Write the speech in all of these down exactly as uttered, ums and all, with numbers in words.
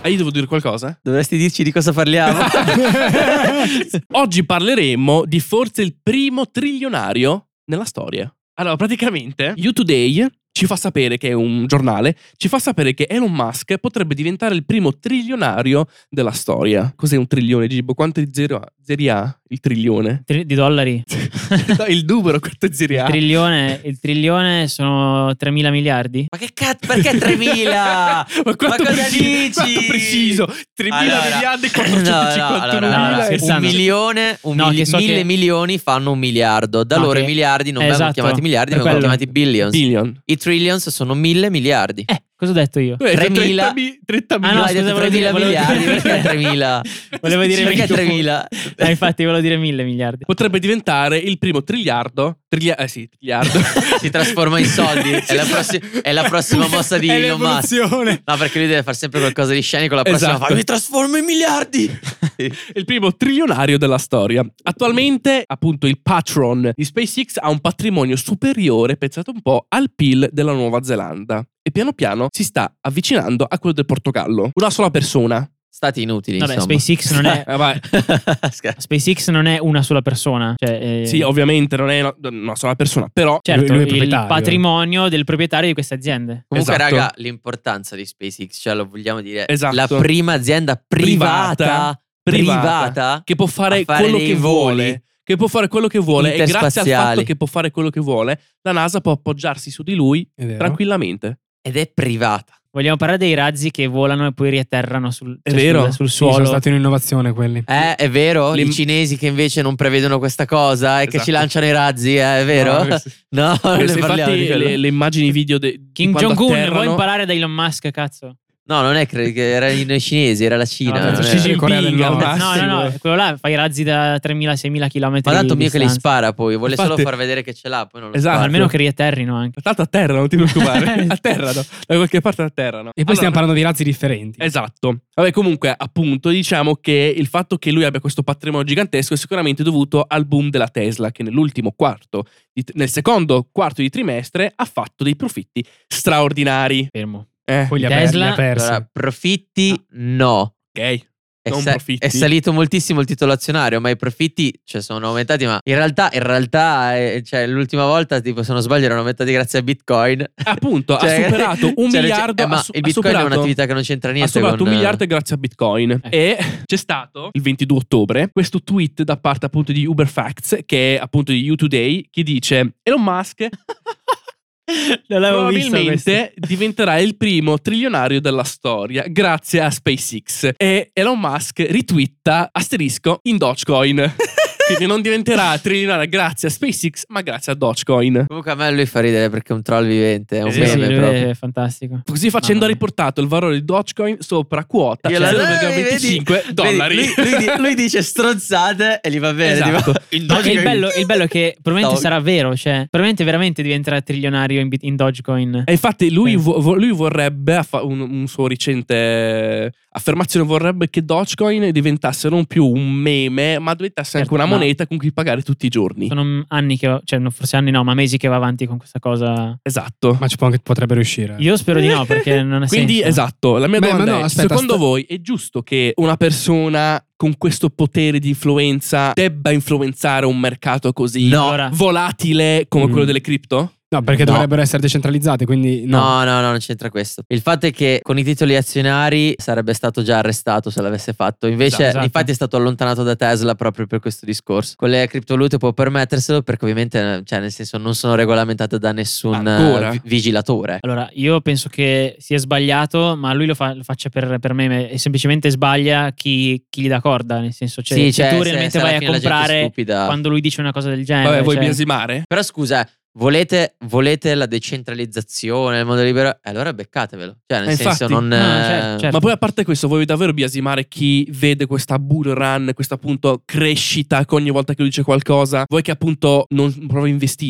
Ah, io devo dire qualcosa? Dovresti dirci di cosa parliamo. Oggi parleremo di forse il primo trilionario nella storia. Allora, praticamente, You Today ci fa sapere che è un giornale, ci fa sapere che Elon Musk potrebbe diventare il primo trilionario della storia. Cos'è un trilione, Gibbo? Quanti zeri ha? Zeri ha il trilione? Tri- di dollari? No, il numero, quanto zeri Il ha? trilione, il trilione sono tremila miliardi? Ma che cazzo, perché tremila? Ma quanto Ma cosa preciso, dici? quanto preciso? tremila Allora, miliardi e no, no, quattrocentocinquantuno allora, allora, mila. scherzando. un milione, un No, mili- che so mille che- milioni fanno un miliardo. Da No, loro che- i miliardi non vengono esatto, chiamati miliardi, per vengono quello. chiamati billions. Billion. I trillions sono mille miliardi. Eh, cosa ho detto io? Tu hai detto tremila. trentamila. Ah, no, hai scusa, detto volevo dire- tremila volevo miliardi, dire- perché tremila? Volevo dire Perché mille. tremila? Eh, infatti volevo dire mille miliardi. Potrebbe diventare il primo triliardo. Triglia- eh sì, triliardo. Si trasforma in soldi. È la, prossi- è la prossima mossa di È Elon Musk. l'evoluzione. No, perché lui deve fare sempre qualcosa di scenico. La prossima Esatto. fa: mi trasformo in miliardi. Il primo trilionario della storia. Attualmente, appunto, il patron di SpaceX ha un patrimonio superiore, pensate un po', al P I L della Nuova Zelanda. E piano piano si sta avvicinando a quello del Portogallo. Una sola persona. Stati inutili, Vabbè, insomma. SpaceX non è Eh, vai. Scherzo. SpaceX non è una sola persona. Cioè, eh, Sì, ovviamente non è una, una sola persona, però certo, Lui- lui è il proprietario. patrimonio del proprietario di queste aziende. Comunque, Esatto. raga, l'importanza di SpaceX, cioè lo vogliamo dire, Esatto. la prima azienda privata, Privata. privata, che può fare, a fare quello dei che voli vuole. Che può fare quello che vuole. E grazie al interspaziali. fatto che può fare quello che vuole, la NASA può appoggiarsi su di lui È vero. tranquillamente. ed è privata. Vogliamo parlare dei razzi che volano e poi riatterrano sul, È cioè, vero. sul, sul Sì, sono suolo. stati un'innovazione quelli. Eh, è vero? Le- I cinesi che invece non prevedono questa cosa e che Esatto. ci lanciano i razzi, eh, è vero? No, questi- No, non ne questi parliamo di infatti quello. le, le immagini video de, di Kim quando Jong-un, atterrano- vuoi imparare da Elon Musk, cazzo? No, non è cre- che erano i cinesi, era la Cina. No, non penso era- Xi Corea del Jinping al Nord. No, massimo. no, no, quello là fai razzi da tremila seimila chilometri. Ma tanto di mio che li distanza. spara poi, vuole Infatti- solo far vedere che ce l'ha, poi non lo Esatto. spara. Almeno che riatterrino anche. Tanto atterrano, non ti preoccupare. Atterrano. Da qualche parte atterrano. E poi Allora- stiamo parlando di razzi differenti. Esatto. Vabbè, comunque, appunto, diciamo che il fatto che lui abbia questo patrimonio gigantesco è sicuramente dovuto al boom della Tesla, che nell'ultimo quarto, di- nel secondo quarto di trimestre, ha fatto dei profitti straordinari. Fermo. Eh, Poi li ha, Tesla- per- li ha persi. Allora, profitti no. ok. È, Non sa- profitti. è salito moltissimo il titolo azionario, ma i profitti cioè, sono aumentati. Ma in realtà, in realtà eh, cioè, l'ultima volta, tipo, se non sbaglio, erano aumentati grazie a Bitcoin. Appunto, Cioè, ha superato un cioè, miliardo. eh, ma ha su- il ha Bitcoin è superato- un'attività che non c'entra Ha niente superato con un miliardo grazie a Bitcoin. E c'è stato il ventidue ottobre questo tweet da parte appunto di Uberfacts, che è appunto di You Today, che dice Elon Musk Non l'avevo visto questo. probabilmente diventerà il primo trilionario della storia grazie a SpaceX. E Elon Musk ritwitta asterisco in Dogecoin. Quindi non diventerà trilionario grazie a SpaceX, ma grazie a Dogecoin. Comunque a me lui fa ridere perché è un troll vivente, è un Sì, Sì, sì, meme lui proprio. è fantastico. Così facendo Mamma ha mia. riportato il valore di Dogecoin sopra quota Io la- zero virgola eh, vedi- venticinque vedi, dollari. Lui, lui di- lui dice stronzate e gli va bene. Esatto. tipo, in Ma Dogecoin. il bello, il bello è che probabilmente Dog. sarà vero, cioè, probabilmente veramente diventerà trilionario in, bit- in Dogecoin. E infatti lui, Eh. vo- vo- lui vorrebbe, affa- un, un suo recente affermazione vorrebbe che Dogecoin diventasse non più un meme, ma diventasse anche Certo, una ma- moneta con cui pagare tutti i giorni. Sono anni che, cioè no, forse anni no, ma mesi che va avanti con questa cosa. Esatto. Ma ci può anche, potrebbe riuscire. Io spero di no, perché non ha Quindi senso. esatto, la mia Beh, domanda ma no, è, aspetta, secondo sta- voi è giusto che una persona con questo potere di influenza debba influenzare un mercato così No. Allora, volatile come Mm. quello delle cripto? No, perché No. dovrebbero essere decentralizzate, quindi no. No, no, no, non c'entra questo. Il fatto è che con i titoli azionari sarebbe stato già arrestato se l'avesse fatto. Invece, Esatto. infatti, è stato allontanato da Tesla proprio per questo discorso. Con le criptovalute può permetterselo perché, ovviamente, cioè, nel senso, non sono regolamentate da nessun Ancora? eh, vi- vigilatore. allora, io penso che sia sbagliato, ma lui lo, fa, lo faccia per, per me e semplicemente sbaglia chi, chi gli dà corda. Nel senso, cioè, Sì, se cioè, tu se- realmente se alla vai a fine la gente è comprare stupida. quando lui dice una cosa del genere. Vabbè, vuoi cioè- biasimare? Però scusa, volete, volete la decentralizzazione, il mondo libero? Eh, allora beccatevelo. Cioè, nel Eh, senso, infatti. non. No, eh, certo, certo. Ma poi a parte questo, vuoi davvero biasimare chi vede questa bull run, questa appunto crescita che ogni volta che lui dice qualcosa, vuoi che appunto non provi a investire?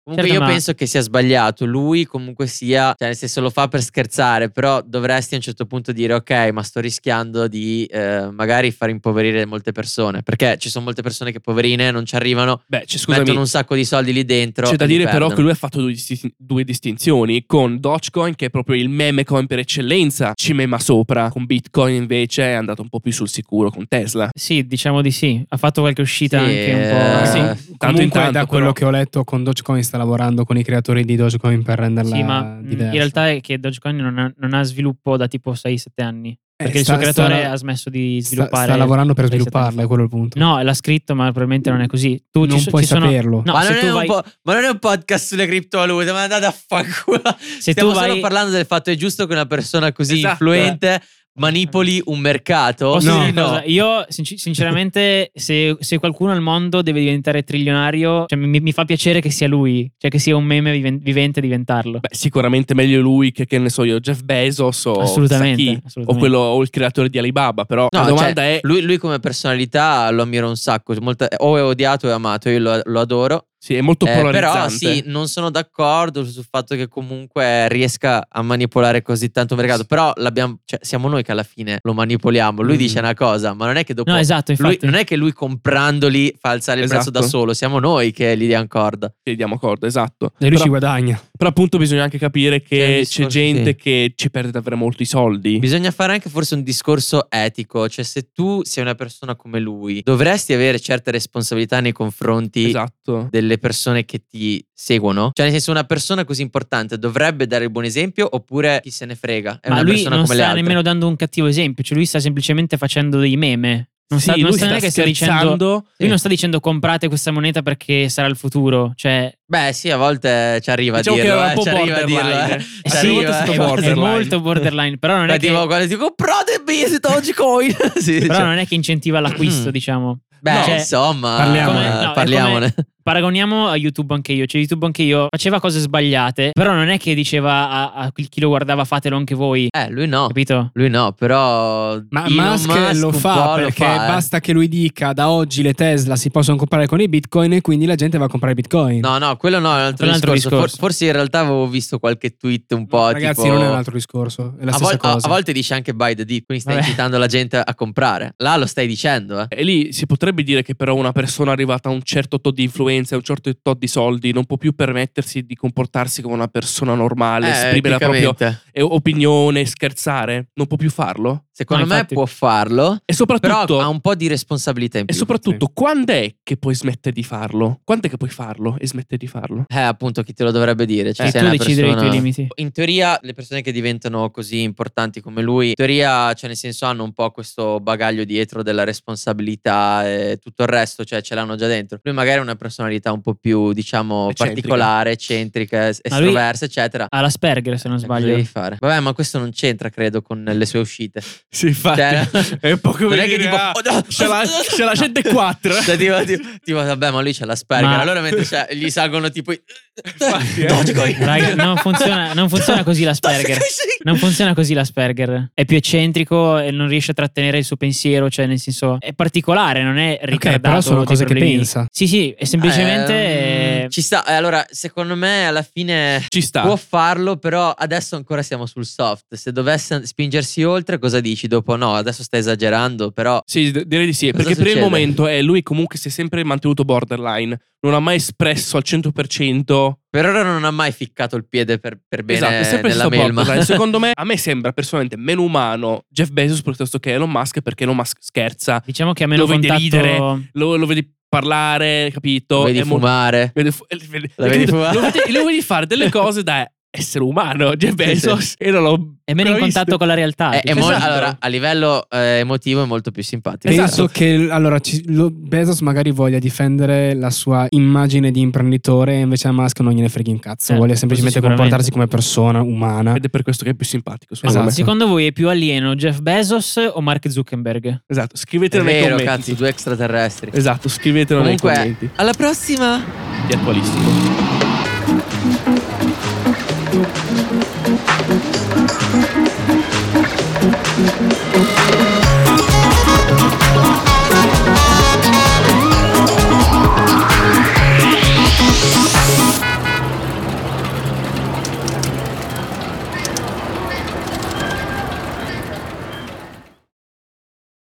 Comunque Certo, io ma- penso che sia sbagliato. Lui comunque sia, cioè nel senso lo fa per scherzare, però dovresti a un certo punto dire ok, ma sto rischiando di eh, magari far impoverire molte persone, perché ci sono molte persone che poverine non ci arrivano, Beh, c'è, scusami, mettono un sacco di soldi lì dentro. c'è da e li dire però perdono. che lui ha fatto due, disti- due distinzioni. Con Dogecoin, che è proprio il meme coin per eccellenza, ci mema sopra. Con Bitcoin invece è andato un po' più sul sicuro con Tesla. Sì, diciamo di sì. Ha fatto qualche uscita Sì, anche un eh, po'. sì. Comunque, Tanto in tanto, da quello però. che ho letto, con Dogecoin sta lavorando con i creatori di Dogecoin per renderla Sì, ma mh, diversa. in realtà è che Dogecoin non ha, non ha sviluppo da tipo sei sette anni. Perché il sta- suo creatore sta- ha smesso di sta, sviluppare. sta lavorando per sei sette anni svilupparla, fa. è quello il punto. No, l'ha scritto, ma probabilmente non è così. Tu Non ci, so- puoi ci sono- saperlo. No, ma, se non tu è un vai, po- ma non è un podcast sulle criptovalute, ma andate a fanculo. se Stiamo tu solo vai, parlando del fatto che è giusto che una persona così Esatto. influente manipoli un mercato. Posso No, dire una no. cosa? Io sinc- sinceramente se, se qualcuno al mondo deve diventare trilionario, cioè, mi, mi fa piacere che sia lui, cioè che sia un meme viven- vivente diventarlo. Beh, sicuramente meglio lui che, che ne so io, Jeff Bezos o Assolutamente, chissà chi, assolutamente. o, quello, o il creatore di Alibaba. Però No, la domanda cioè, è: lui, lui come personalità lo ammiro un sacco. Molta- o è odiato o è amato. Io lo, lo adoro. sì, è molto Eh, però polarizzante. sì, non sono d'accordo sul fatto che comunque riesca a manipolare così tanto il mercato. Però l'abbiamo, cioè, siamo noi che alla fine lo manipoliamo. Lui Mm. dice una cosa, ma non è che dopo No, esatto, lui- infatti. non è che lui comprandoli fa alzare il prezzo Esatto. da solo, siamo noi che gli diamo corda. Che gli diamo corda, esatto. E lui però, ci guadagna. però appunto bisogna anche capire C'è un che c'è discorso, gente sì. che ci perde davvero molto i soldi. Bisogna fare anche forse un discorso etico, cioè se tu sei una persona come lui, dovresti avere certe responsabilità nei confronti Esatto. delle persone che ti seguono. Cioè nel senso una persona così importante dovrebbe dare il buon esempio oppure chi se ne frega? È Ma una lui persona non come le sta altre. nemmeno dando un cattivo esempio, cioè lui sta semplicemente facendo dei meme. Non Sì, sta, non lui sta sta neanche sta dicendo, scherzando. lui non sta dicendo comprate questa moneta perché sarà il futuro, cioè Beh sì, a volte ci arriva Diciamo a che dirlo, è un eh, po' ci arriva a dirlo. borderline. Eh. Eh Ci sì, arriva, è stato eh. è borderline. molto borderline, però non è Beh, che tipo quando dico comprate bisi Dogecoin. Sì, però cioè. non è che incentiva l'acquisto, Mm. diciamo. Beh, Cioè, insomma, parliamone. eh, Come- no, è parliamone. come- paragoniamo a YouTube anche io. Cioè, YouTube anche io faceva cose sbagliate, però non è che diceva a, a chi lo guardava fatelo anche voi. Eh, lui no. Capito? Lui no, però Ma Elon Musk, Musk lo un fa po' lo perché fa, eh. basta che lui dica da oggi le Tesla si possono comprare con i Bitcoin e quindi la gente va a comprare Bitcoin. No, no, quello no, è un altro, Quello è un altro discorso. For- discorso. forse in realtà avevo visto qualche tweet un po' Ragazzi, tipo non è un altro discorso, è la a, stessa vol- a- cosa. a volte dice anche buy the dip, quindi stai Vabbè. incitando la gente a comprare. Là lo stai dicendo, eh. E lì si potrebbe dire che però una persona arrivata a un certo tot di influenza, a un certo tot di soldi, non può più permettersi di comportarsi come una persona normale, Eh, esprimere la propria eticamente. eh, opinione, scherzare. Non può più farlo. Secondo No, me infatti. può farlo, E soprattutto, però ha un po' di responsabilità in e più. soprattutto quando è che puoi smettere di farlo? Quando è che puoi farlo e smettere di farlo? Eh, appunto, chi te lo dovrebbe dire? Cioè, E sei tu una decidere i persona- tuoi limiti. In teoria, le persone che diventano così importanti come lui, in teoria, cioè nel senso, hanno un po' questo bagaglio dietro della responsabilità e tutto il resto, cioè ce l'hanno già dentro. Lui magari ha una personalità un po' più, diciamo, Eccentrica. particolare, eccentrica, es- Ma lui- estroversa, eccetera. Ha l'Asperger, se non Eh, cosa sbaglio. devi fare? Vabbè, ma questo non c'entra, credo, con le sue uscite. Sì, infatti. Cioè, è un po' come non è che dire, tipo, ah, oh, no, c'è la, c'è la gente quattro. Cioè, tipo, tipo, tipo, vabbè, ma lui c'ha l'Asperger. Ma- Allora mentre c'è- gli salgono tipo i- Infatti, eh. Dogecoin. Raga, non funziona, non funziona così l'Asperger. Non funziona così l'Asperger. È più eccentrico e non riesce a trattenere il suo pensiero, cioè nel senso è particolare, non è ritardato. però sono dei cose che problemi. pensa. Sì, sì, è semplicemente Eh, eh, ci sta. Eh, Allora, secondo me alla fine Ci sta. può farlo, però adesso ancora siamo sul soft. Se dovesse spingersi oltre, cosa dici dopo? No, adesso stai esagerando, però Sì, d- direi di sì. Cosa Perché per il succede? momento è lui comunque si è sempre mantenuto borderline. Non ha mai espresso al cento per cento. per ora non ha mai ficcato il piede per, per bene Esatto, è sempre nella stato melma. borderline. Secondo me, a me sembra personalmente meno umano Jeff Bezos piuttosto che Elon Musk, perché Elon Musk scherza, diciamo che ha meno lo vedi contatto. ridere, lo, lo vedi parlare, capito? Lo vedi È molto- fumare. vede fu- eh, vede- La vedi capito? fumare? lo, vedi, lo vedi fare delle cose da essere umano. Jeff Bezos, e non l'ho È meno in ancora contatto visto. con la realtà. È- è mo- Esatto. allora, a livello eh, emotivo è molto più simpatico. Penso Esatto. che allora ci- lo- Bezos magari voglia difendere la sua immagine di imprenditore e invece a Musk non gliene freghi un cazzo, Eh, vuole questo semplicemente sicuramente. comportarsi come persona umana. Ed è per questo che è più simpatico. secondo Esatto. me. Secondo voi è più alieno Jeff Bezos o Mark Zuckerberg? Esatto, È scrivetelo nei vero, commenti. cazzo, due extraterrestri. Esatto, scrivetelo nei Comunque, commenti. alla prossima. Di attualistico.